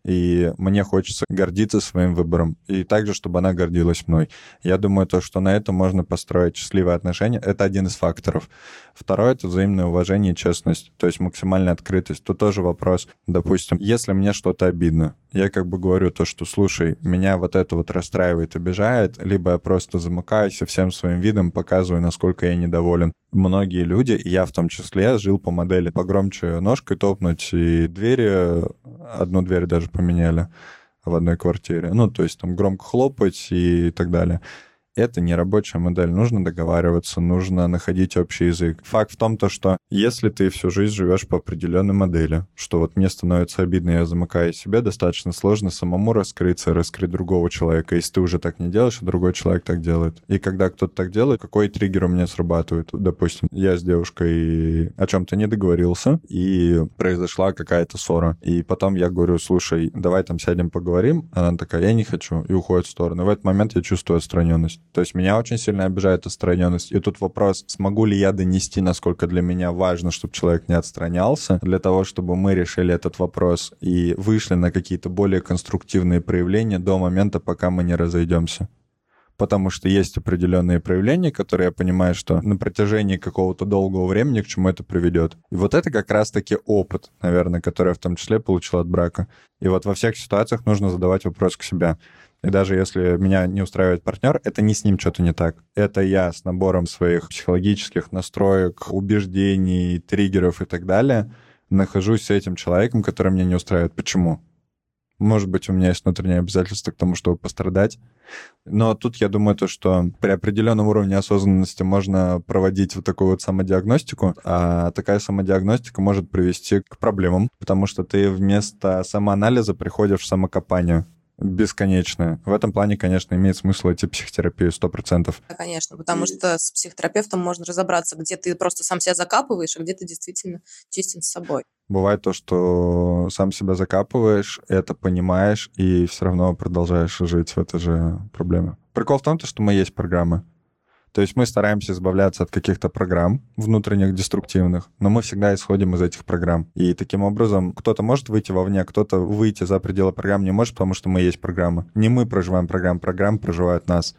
И мне хочется гордиться своим выбором. И также, чтобы она гордилась мной. Я думаю, то, что на этом можно построить счастливые отношения, это один из факторов. Второе — это взаимное уважение и честность. То есть максимальная открытость. Тут тоже вопрос. Допустим, если мне что-то обидно, я как бы говорю то, что, слушай, меня вот это вот расстраивает, обижает, либо я просто замыкаюсь и всем своим видом показываю, насколько я недоволен. Многие люди, и я в том числе, жил по модели погромче ножкой топнуть, и двери, одну дверь даже поменяли в одной квартире. Ну, то есть там громко хлопать и так далее. Это не рабочая модель. Нужно договариваться, нужно находить общий язык. Факт в том, то, что если ты всю жизнь живешь по определенной модели, что вот мне становится обидно, я замыкаю себе, достаточно сложно самому раскрыться, раскрыть другого человека. Если ты уже так не делаешь, а другой человек так делает. И когда кто-то так делает, какой триггер у меня срабатывает? Допустим, я с девушкой о чем-то не договорился, и произошла какая-то ссора. И потом я говорю, слушай, давай там сядем поговорим. Она такая, я не хочу, и уходит в сторону. В этот момент я чувствую отстраненность. То есть меня очень сильно обижает отстраненность. И тут вопрос, смогу ли я донести, насколько для меня важно, чтобы человек не отстранялся, для того, чтобы мы решили этот вопрос и вышли на какие-то более конструктивные проявления до момента, пока мы не разойдемся. Потому что есть определенные проявления, которые я понимаю, что на протяжении какого-то долгого времени к чему это приведет. И вот это как раз-таки опыт, наверное, который я в том числе получил от брака. И вот во всех ситуациях нужно задавать вопрос к себе. И даже если меня не устраивает партнер, это не с ним что-то не так. Это я с набором своих психологических настроек, убеждений, триггеров и так далее нахожусь с этим человеком, который меня не устраивает. Почему? Может быть, у меня есть внутреннее обязательство к тому, чтобы пострадать. Но тут я думаю, то, что при определенном уровне осознанности можно проводить вот такую вот самодиагностику, а такая самодиагностика может привести к проблемам, потому что ты вместо самоанализа приходишь в самокопание бесконечное. В этом плане, конечно, имеет смысл идти в психотерапию сто процентов. Да, конечно, потому что с психотерапевтом можно разобраться, где ты просто сам себя закапываешь, а где ты действительно честен с собой. Бывает то, что сам себя закапываешь, это понимаешь, и все равно продолжаешь жить в этой же проблеме. Прикол в том, что мы есть программы. То есть мы стараемся избавляться от каких-то программ внутренних, деструктивных, но мы всегда исходим из этих программ. И таким образом кто-то может выйти вовне, кто-то выйти за пределы программ не может, потому что мы есть программы. Не мы проживаем программу, программы проживают нас.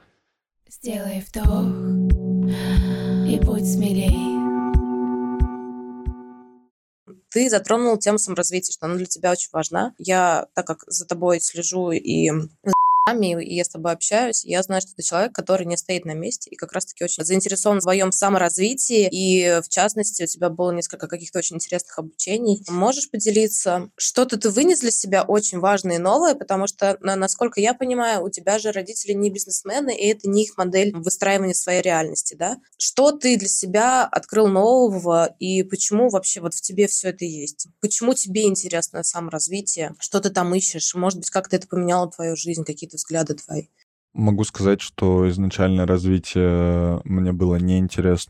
Сделай вдох и будь смелей. Ты затронул тему саморазвития, что она для тебя очень важна. Я, так как за тобой слежу и и я с тобой общаюсь, я знаю, что ты человек, который не стоит на месте и как раз-таки очень заинтересован в своем саморазвитии, и в частности у тебя было несколько каких-то очень интересных обучений. Можешь поделиться, что-то ты вынес для себя очень важное и новое, потому что, насколько я понимаю, у тебя же родители не бизнесмены, и это не их модель выстраивания своей реальности, да? Что ты для себя открыл нового, и почему вообще вот в тебе все это есть? Почему тебе интересно саморазвитие? Что ты там ищешь? Может быть, как-то это поменяло твою жизнь, какие-то взгляды твои? Могу сказать, что изначально развитие мне было неинтересно.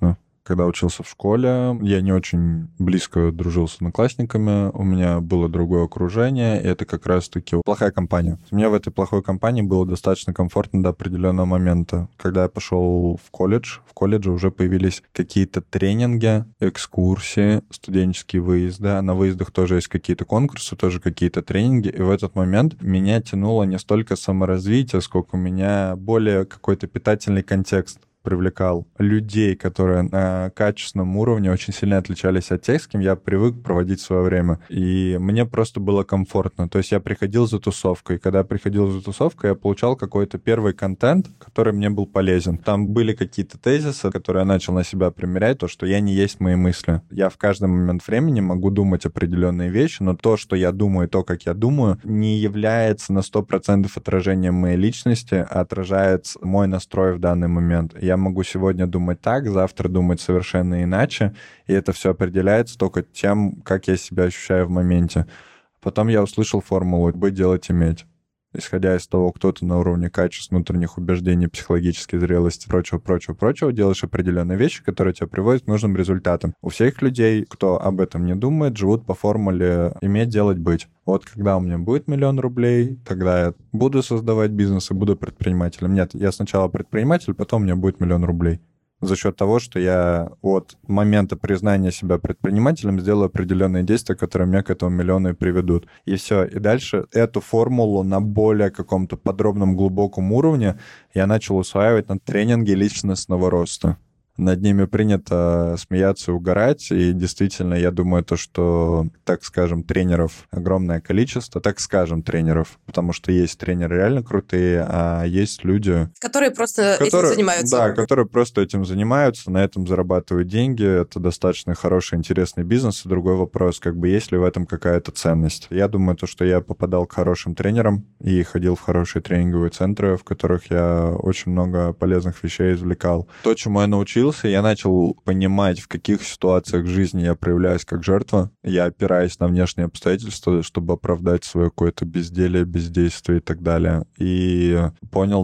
когда учился в школе. Я не очень близко дружил с одноклассниками, у меня было другое окружение, и это как раз-таки плохая компания. Мне в этой плохой компании было достаточно комфортно до определенного момента. Когда я пошел в колледж, в колледже уже появились какие-то тренинги, экскурсии, студенческие выезды. А на выездах тоже есть какие-то конкурсы, тоже какие-то тренинги. И в этот момент меня тянуло не столько саморазвитие, сколько у меня более какой-то питательный контекст привлекал людей, которые на качественном уровне очень сильно отличались от тех, с кем я привык проводить свое время. И мне просто было комфортно. То есть я приходил за тусовкой. И когда я приходил за тусовкой, я получал какой-то первый контент, который мне был полезен. Там были какие-то тезисы, которые я начал на себя примерять, то, что я не есть мои мысли. Я в каждый момент времени могу думать определенные вещи, но то, что я думаю, то, как я думаю, не является на сто процентов отражением моей личности, а отражает мой настрой в данный момент. Я могу сегодня думать так, завтра думать совершенно иначе, и это все определяется только тем, как я себя ощущаю в моменте. Потом я услышал формулу «быть, делать, иметь». Исходя из того, кто ты на уровне качеств, внутренних убеждений, психологической зрелости, прочего, прочего, прочего, делаешь определенные вещи, которые тебя приводят к нужным результатам. У всех людей, кто об этом не думает, живут по формуле «иметь, делать, быть». Вот когда у меня будет миллион рублей, тогда я буду создавать бизнес и буду предпринимателем. Нет, я сначала предприниматель, потом у меня будет миллион рублей. За счет того, что я от момента признания себя предпринимателем сделаю определенные действия, которые меня к этому миллиону и приведут. И все. И дальше эту формулу на более каком-то подробном, глубоком уровне я начал усваивать на тренинге личностного роста. Над ними принято смеяться и угорать, и действительно, я думаю, то, что, так скажем, тренеров огромное количество, так скажем, тренеров, потому что есть тренеры реально крутые, а есть люди... Которые просто которые, этим занимаются. Да, которые просто этим занимаются, на этом зарабатывают деньги, это достаточно хороший, интересный бизнес, и другой вопрос, как бы, есть ли в этом какая-то ценность. Я думаю, то, что я попадал к хорошим тренерам и ходил в хорошие тренинговые центры, в которых я очень много полезных вещей извлекал. То, чему я научился, я начал понимать, в каких ситуациях в жизни я проявляюсь как жертва. Я опираюсь на внешние обстоятельства, чтобы оправдать свое какое-то безделие, бездействие и так далее. И понял,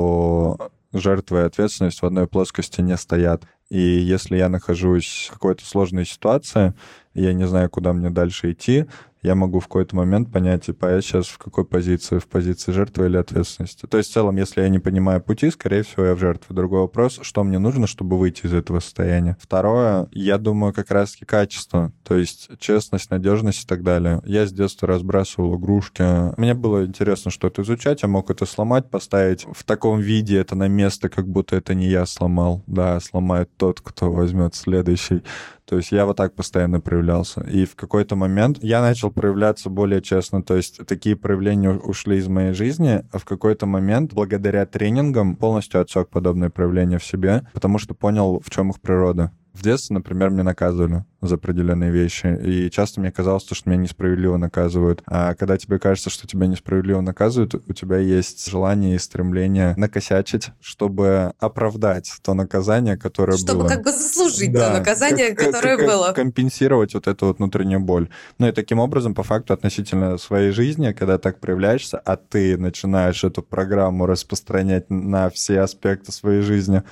что жертва и ответственность в одной плоскости не стоят. И если я нахожусь в какой-то сложной ситуации, и я не знаю, куда мне дальше идти, я могу в какой-то момент понять, типа, я сейчас в какой позиции? В позиции жертвы или ответственности? То есть, в целом, если я не понимаю пути, скорее всего, я в жертве. Другой вопрос, что мне нужно, чтобы выйти из этого состояния. Второе, я думаю, как раз-таки качество. То есть, честность, надежность и так далее. Я с детства разбрасывал игрушки. Мне было интересно что-то изучать, я мог это сломать, поставить в таком виде это на место, как будто это не я сломал. Да, сломает тот, кто возьмет следующий. То есть я вот так постоянно проявлялся. И в какой-то момент я начал проявляться более честно. То есть такие проявления ушли из моей жизни, а в какой-то момент, благодаря тренингам, полностью отсек подобные проявления в себе, потому что понял, в чем их природа. В детстве, например, меня наказывали за определенные вещи, и часто мне казалось, что меня несправедливо наказывают. А когда тебе кажется, что тебя несправедливо наказывают, у тебя есть желание и стремление накосячить, чтобы оправдать то наказание, которое чтобы было. Чтобы как бы заслужить да. то наказание, как, которое как, было. Компенсировать вот эту вот внутреннюю боль. Ну и таким образом, по факту, относительно своей жизни, когда так проявляешься, а ты начинаешь эту программу распространять на все аспекты своей жизни,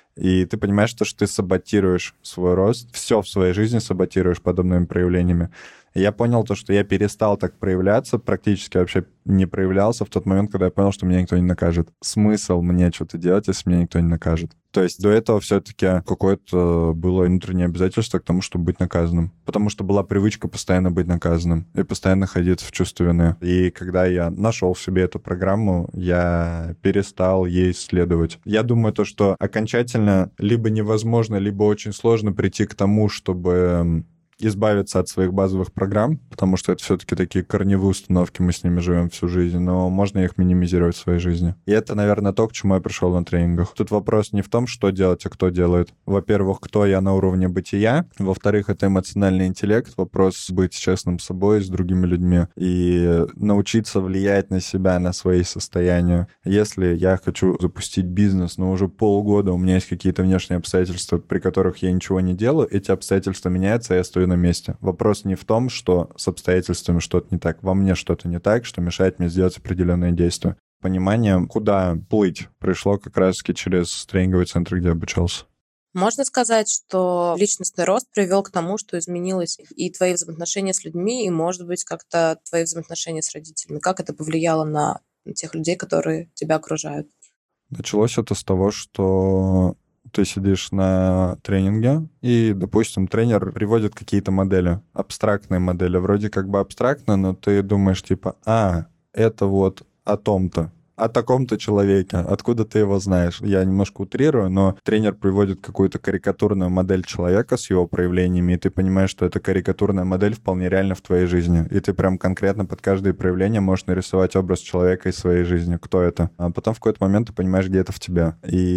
и ты понимаешь, что ты саботируешь свой рост, все в своей жизни саботируешь подобными проявлениями. И я понял то, что я перестал так проявляться, практически вообще не проявлялся в тот момент, когда я понял, что меня никто не накажет. Смысл мне что-то делать, если меня никто не накажет? То есть до этого все-таки какое-то было внутреннее обязательство к тому, чтобы быть наказанным. Потому что была привычка постоянно быть наказанным и постоянно находиться в чувстве вины. И когда я нашел в себе эту программу, я перестал ей следовать. Я думаю, то, что окончательно либо невозможно, либо очень сложно прийти к тому, чтобы избавиться от своих базовых программ, потому что это все-таки такие корневые установки, мы с ними живем всю жизнь, но можно их минимизировать в своей жизни. И это, наверное, то, к чему я пришел на тренингах. Тут вопрос не в том, что делать, а кто делает. Во-первых, кто я на уровне бытия. Во-вторых, это эмоциональный интеллект, вопрос быть честным с собой, с другими людьми и научиться влиять на себя, на свои состояния. Если я хочу запустить бизнес, но уже полгода у меня есть какие-то внешние обстоятельства, при которых я ничего не делаю, эти обстоятельства меняются, а я стою на месте. Вопрос не в том, что с обстоятельствами что-то не так, во мне что-то не так, что мешает мне сделать определенные действия. Понимание, куда плыть, пришло как раз-таки через тренинговый центр, где обучался. Можно сказать, что личностный рост привел к тому, что изменилось и твои взаимоотношения с людьми, и, может быть, как-то твои взаимоотношения с родителями. Как это повлияло на тех людей, которые тебя окружают? Началось это с того, что ты сидишь на тренинге, и, допустим, тренер приводит какие-то модели, абстрактные модели. Вроде как бы абстрактно, но ты думаешь, типа, а, это вот о том-то, о таком-то человеке, откуда ты его знаешь. Я немножко утрирую, но тренер приводит какую-то карикатурную модель человека с его проявлениями, и ты понимаешь, что эта карикатурная модель вполне реальна в твоей жизни. И ты прям конкретно под каждое проявление можешь нарисовать образ человека из своей жизни. Кто это? А потом в какой-то момент ты понимаешь, где это в тебе.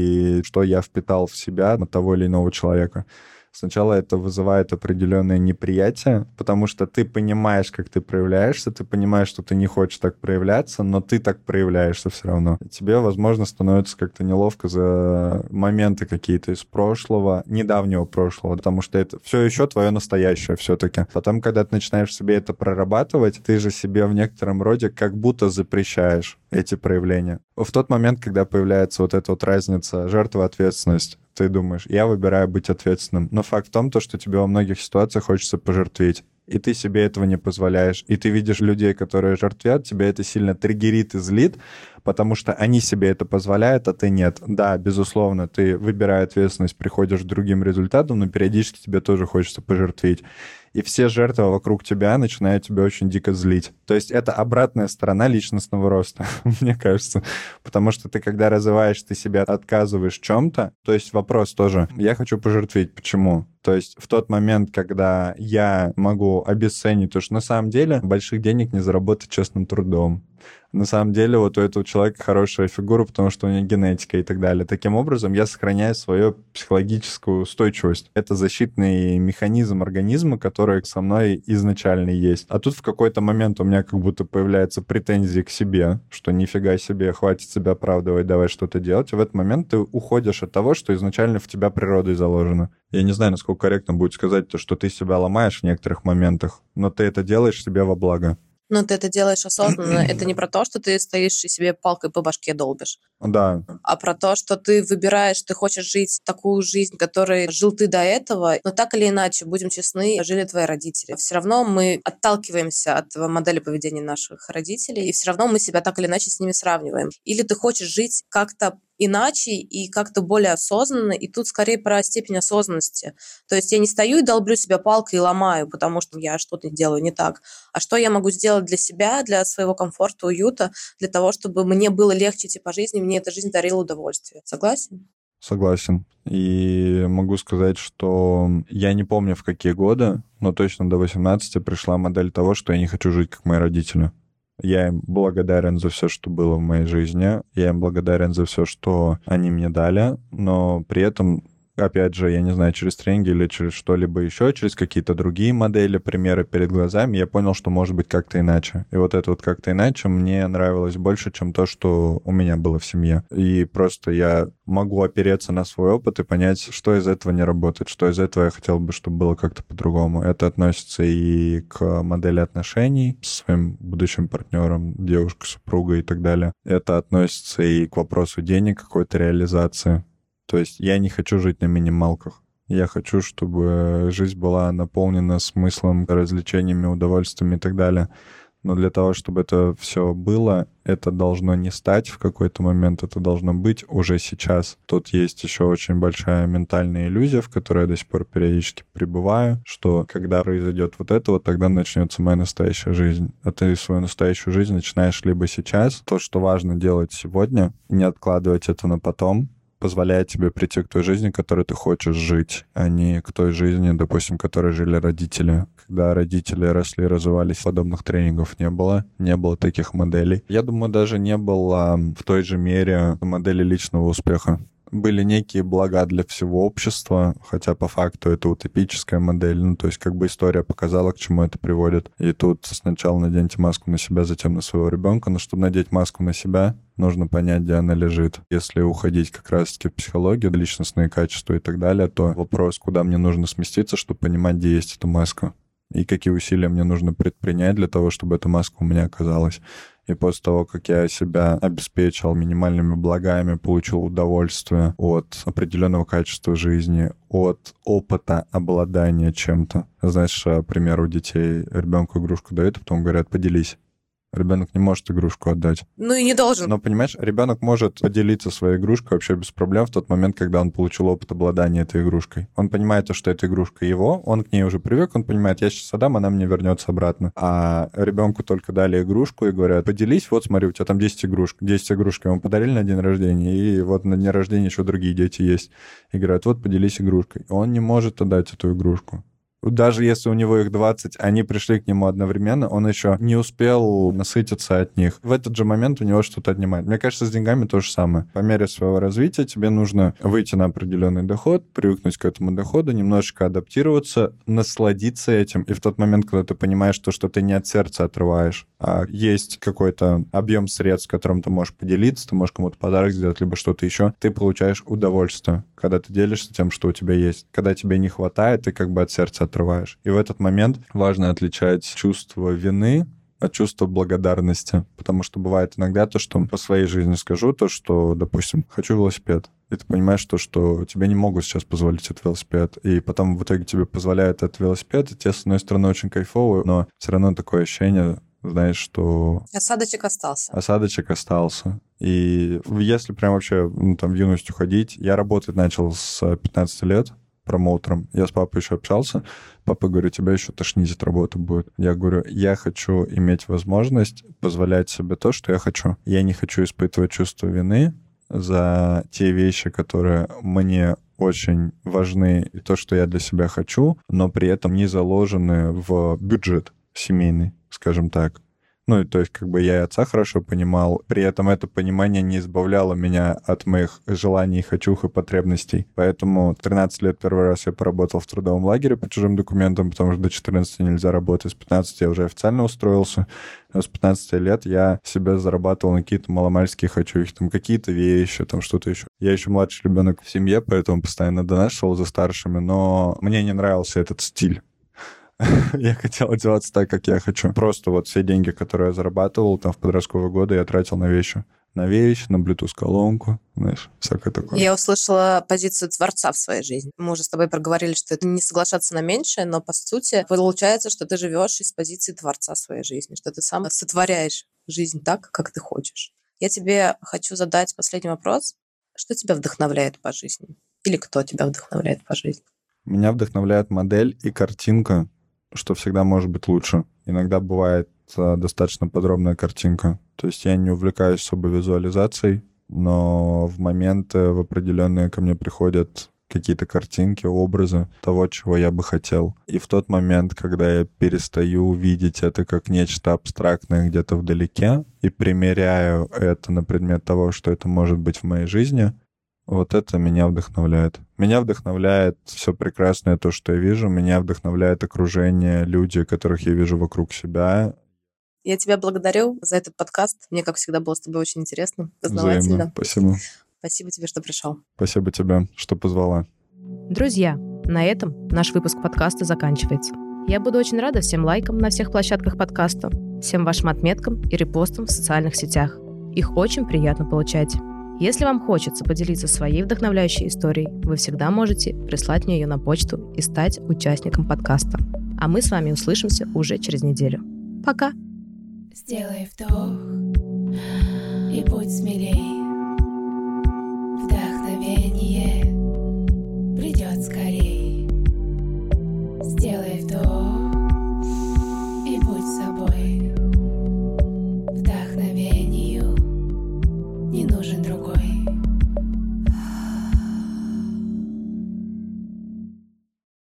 И что я впитал в себя от того или иного человека. Сначала это вызывает определенное неприятие, потому что ты понимаешь, как ты проявляешься, ты понимаешь, что ты не хочешь так проявляться, но ты так проявляешься все равно. И тебе, возможно, становится как-то неловко за моменты какие-то из прошлого, недавнего прошлого, потому что это все еще твое настоящее все-таки. Потом, когда ты начинаешь себе это прорабатывать, ты же себе в некотором роде как будто запрещаешь эти проявления. В тот момент, когда появляется вот эта вот разница жертва-ответственность, ты думаешь, я выбираю быть ответственным. Но факт в том, то, что тебе во многих ситуациях хочется пожертвить. И ты себе этого не позволяешь. И ты видишь людей, которые жертвят, тебя это сильно триггерит и злит, потому что они себе это позволяют, а ты нет. Да, безусловно, ты, выбирая ответственность, приходишь к другим результатам, но периодически тебе тоже хочется пожертвить. И все жертвы вокруг тебя начинают тебя очень дико злить. То есть это обратная сторона личностного роста, мне кажется. Потому что ты, когда развиваешь, ты себя отказываешь в чем-то. То есть вопрос тоже, я хочу пожертвить. Почему? То есть в тот момент, когда я могу обесценить, то что на самом деле больших денег не заработать честным трудом. На самом деле вот у этого человека хорошая фигура, потому что у него генетика и так далее. Таким образом, я сохраняю свою психологическую устойчивость. Это защитный механизм организма, который со мной изначально есть. А тут в какой-то момент у меня как будто появляются претензии к себе, что нифига себе, хватит себя оправдывать, давай что-то делать. И в этот момент ты уходишь от того, что изначально в тебя природой заложено. Я не знаю, насколько корректно будет сказать то, что ты себя ломаешь в некоторых моментах, но ты это делаешь себе во благо. Но ты это делаешь осознанно. Это не про то, что ты стоишь и себе палкой по башке долбишь. Да. А про то, что ты выбираешь, ты хочешь жить такую жизнь, которой жил ты до этого. Но так или иначе, будем честны, жили твои родители. Все равно мы отталкиваемся от модели поведения наших родителей, и все равно мы себя так или иначе с ними сравниваем. Или ты хочешь жить как-то иначе и как-то более осознанно, и тут скорее про степень осознанности. То есть я не стою и долблю себя палкой и ломаю, потому что я что-то делаю не так. А что я могу сделать для себя, для своего комфорта, уюта, для того, чтобы мне было легче идти по жизни, мне эта жизнь дарила удовольствие. Согласен? Согласен. И могу сказать, что я не помню, в какие годы, но точно до восемнадцати пришла модель того, что я не хочу жить, как мои родители. Я им благодарен за все, что было в моей жизни. Я им благодарен за все, что они мне дали. Но при этом, опять же, я не знаю, через тренинги или через что-либо еще, через какие-то другие модели, примеры перед глазами, я понял, что может быть как-то иначе. И вот это вот как-то иначе мне нравилось больше, чем то, что у меня было в семье. И просто я могу опереться на свой опыт и понять, что из этого не работает, что из этого я хотел бы, чтобы было как-то по-другому. Это относится и к модели отношений с своим будущим партнером, девушкой, супругой и так далее. Это относится и к вопросу денег, какой-то реализации. То есть я не хочу жить на минималках. Я хочу, чтобы жизнь была наполнена смыслом, развлечениями, удовольствиями и так далее. Но для того, чтобы это все было, это должно не стать в какой-то момент, это должно быть уже сейчас. Тут есть еще очень большая ментальная иллюзия, в которой я до сих пор периодически пребываю, что когда произойдет вот это, вот тогда начнется моя настоящая жизнь. А ты свою настоящую жизнь начинаешь либо сейчас, то, что важно делать сегодня, не откладывать это на потом, позволяет тебе прийти к той жизни, которой ты хочешь жить, а не к той жизни, допустим, которой жили родители. Когда родители росли, развивались, подобных тренингов не было, не было таких моделей. Я думаю, даже не было в той же мере модели личного успеха. Были некие блага для всего общества, хотя по факту это утопическая модель, ну, то есть как бы история показала, к чему это приводит. И тут сначала наденьте маску на себя, затем на своего ребенка, но чтобы надеть маску на себя, нужно понять, где она лежит. Если уходить как раз-таки в психологию, личностные качества и так далее, то вопрос, куда мне нужно сместиться, чтобы понимать, где есть эта маска. и какие усилия мне нужно предпринять для того, чтобы эта маска у меня оказалась. И после того, как я себя обеспечил минимальными благами, получил удовольствие от определенного качества жизни, от опыта обладания чем-то. Знаешь, пример у детей: ребенку игрушку дают, а потом говорят: поделись. Ребенок не может игрушку отдать. Ну и не должен. Но, понимаешь, ребенок может поделиться своей игрушкой вообще без проблем в тот момент, когда он получил опыт обладания этой игрушкой. Он понимает, что эта игрушка его, он к ней уже привык, он понимает: я сейчас отдам, она мне вернется обратно. А ребенку только дали игрушку и говорят: поделись, вот смотри, у тебя там десять игрушек. десять игрушек ему подарили на день рождения, и вот на день рождения еще другие дети есть. И говорят: вот, поделись игрушкой. Он не может отдать эту игрушку. Даже если у него их двадцать, они пришли к нему одновременно, он еще не успел насытиться от них. В этот же момент у него что-то отнимает. Мне кажется, с деньгами то же самое. По мере своего развития тебе нужно выйти на определенный доход, привыкнуть к этому доходу, немножечко адаптироваться, насладиться этим. И в тот момент, когда ты понимаешь, то, что ты не от сердца отрываешь, а есть какой-то объем средств, которым ты можешь поделиться, ты можешь кому-то подарок сделать, либо что-то еще, ты получаешь удовольствие, когда ты делишься тем, что у тебя есть. Когда тебе не хватает, ты как бы от сердца отрываешь. И в этот момент важно отличать чувство вины от чувства благодарности. Потому что бывает иногда то, что по своей жизни скажу, то, что, допустим, хочу велосипед. И ты понимаешь то, что тебе не могут сейчас позволить этот велосипед. И потом в итоге тебе позволяют этот велосипед, и тебе, с одной стороны, очень кайфово, но все равно такое ощущение, знаешь, что... Осадочек остался. Осадочек остался. И если прям вообще, ну, там, в юность уходить, я работать начал с пятнадцати лет промоутером. Я с папой еще общался. Папа говорит: тебя еще тошнить от работы будет. Я говорю: я хочу иметь возможность позволять себе то, что я хочу. Я не хочу испытывать чувство вины за те вещи, которые мне очень важны, и то, что я для себя хочу, но при этом не заложены в бюджет семейный, скажем так. Ну, и то есть, как бы я и отца хорошо понимал, при этом это понимание не избавляло меня от моих желаний, хочух и потребностей. Поэтому тринадцать лет первый раз я поработал в трудовом лагере по чужим документам, потому что до четырнадцати нельзя работать. С пятнадцати я уже официально устроился. А с пятнадцати лет я себе зарабатывал на какие-то маломальские хочухи, там какие-то вещи, там что-то еще. Я еще младший ребенок в семье, поэтому постоянно донашивал за старшими, но мне не нравился этот стиль. Я хотел одеваться так, как я хочу. Просто вот все деньги, которые я зарабатывал там в подростковые годы, я тратил на вещи. На вещи, на Bluetooth-колонку, знаешь, всякое такое. Я услышала позицию творца в своей жизни. Мы уже с тобой проговорили, что это не соглашаться на меньшее, но по сути получается, что ты живешь из позиции творца своей жизни, что ты сам сотворяешь жизнь так, как ты хочешь. Я тебе хочу задать последний вопрос. Что тебя вдохновляет по жизни? Или кто тебя вдохновляет по жизни? Меня вдохновляет модель и картинка, что всегда может быть лучше. Иногда бывает а, достаточно подробная картинка. То есть я не увлекаюсь особо визуализацией, но в моменты в определенные ко мне приходят какие-то картинки, образы того, чего я бы хотел. И в тот момент, когда я перестаю видеть это как нечто абстрактное где-то вдалеке и примеряю это на предмет того, что это может быть в моей жизни, вот это меня вдохновляет. Меня вдохновляет все прекрасное, то, что я вижу. Меня вдохновляет окружение, люди, которых я вижу вокруг себя. Я тебя благодарю за этот подкаст. Мне, как всегда, было с тобой очень интересно, познавательно. Взаимно. Спасибо. Спасибо тебе, что пришел. Спасибо тебе, что позвала. Друзья, на этом наш выпуск подкаста заканчивается. Я буду очень рада всем лайкам на всех площадках подкаста, всем вашим отметкам и репостам в социальных сетях. Их очень приятно получать. Если вам хочется поделиться своей вдохновляющей историей, вы всегда можете прислать мне ее на почту и стать участником подкаста. А мы с вами услышимся уже через неделю. Пока! Сделай вдох и будь смелей. Вдохновение придет скорей. Сделай вдох и будь собой.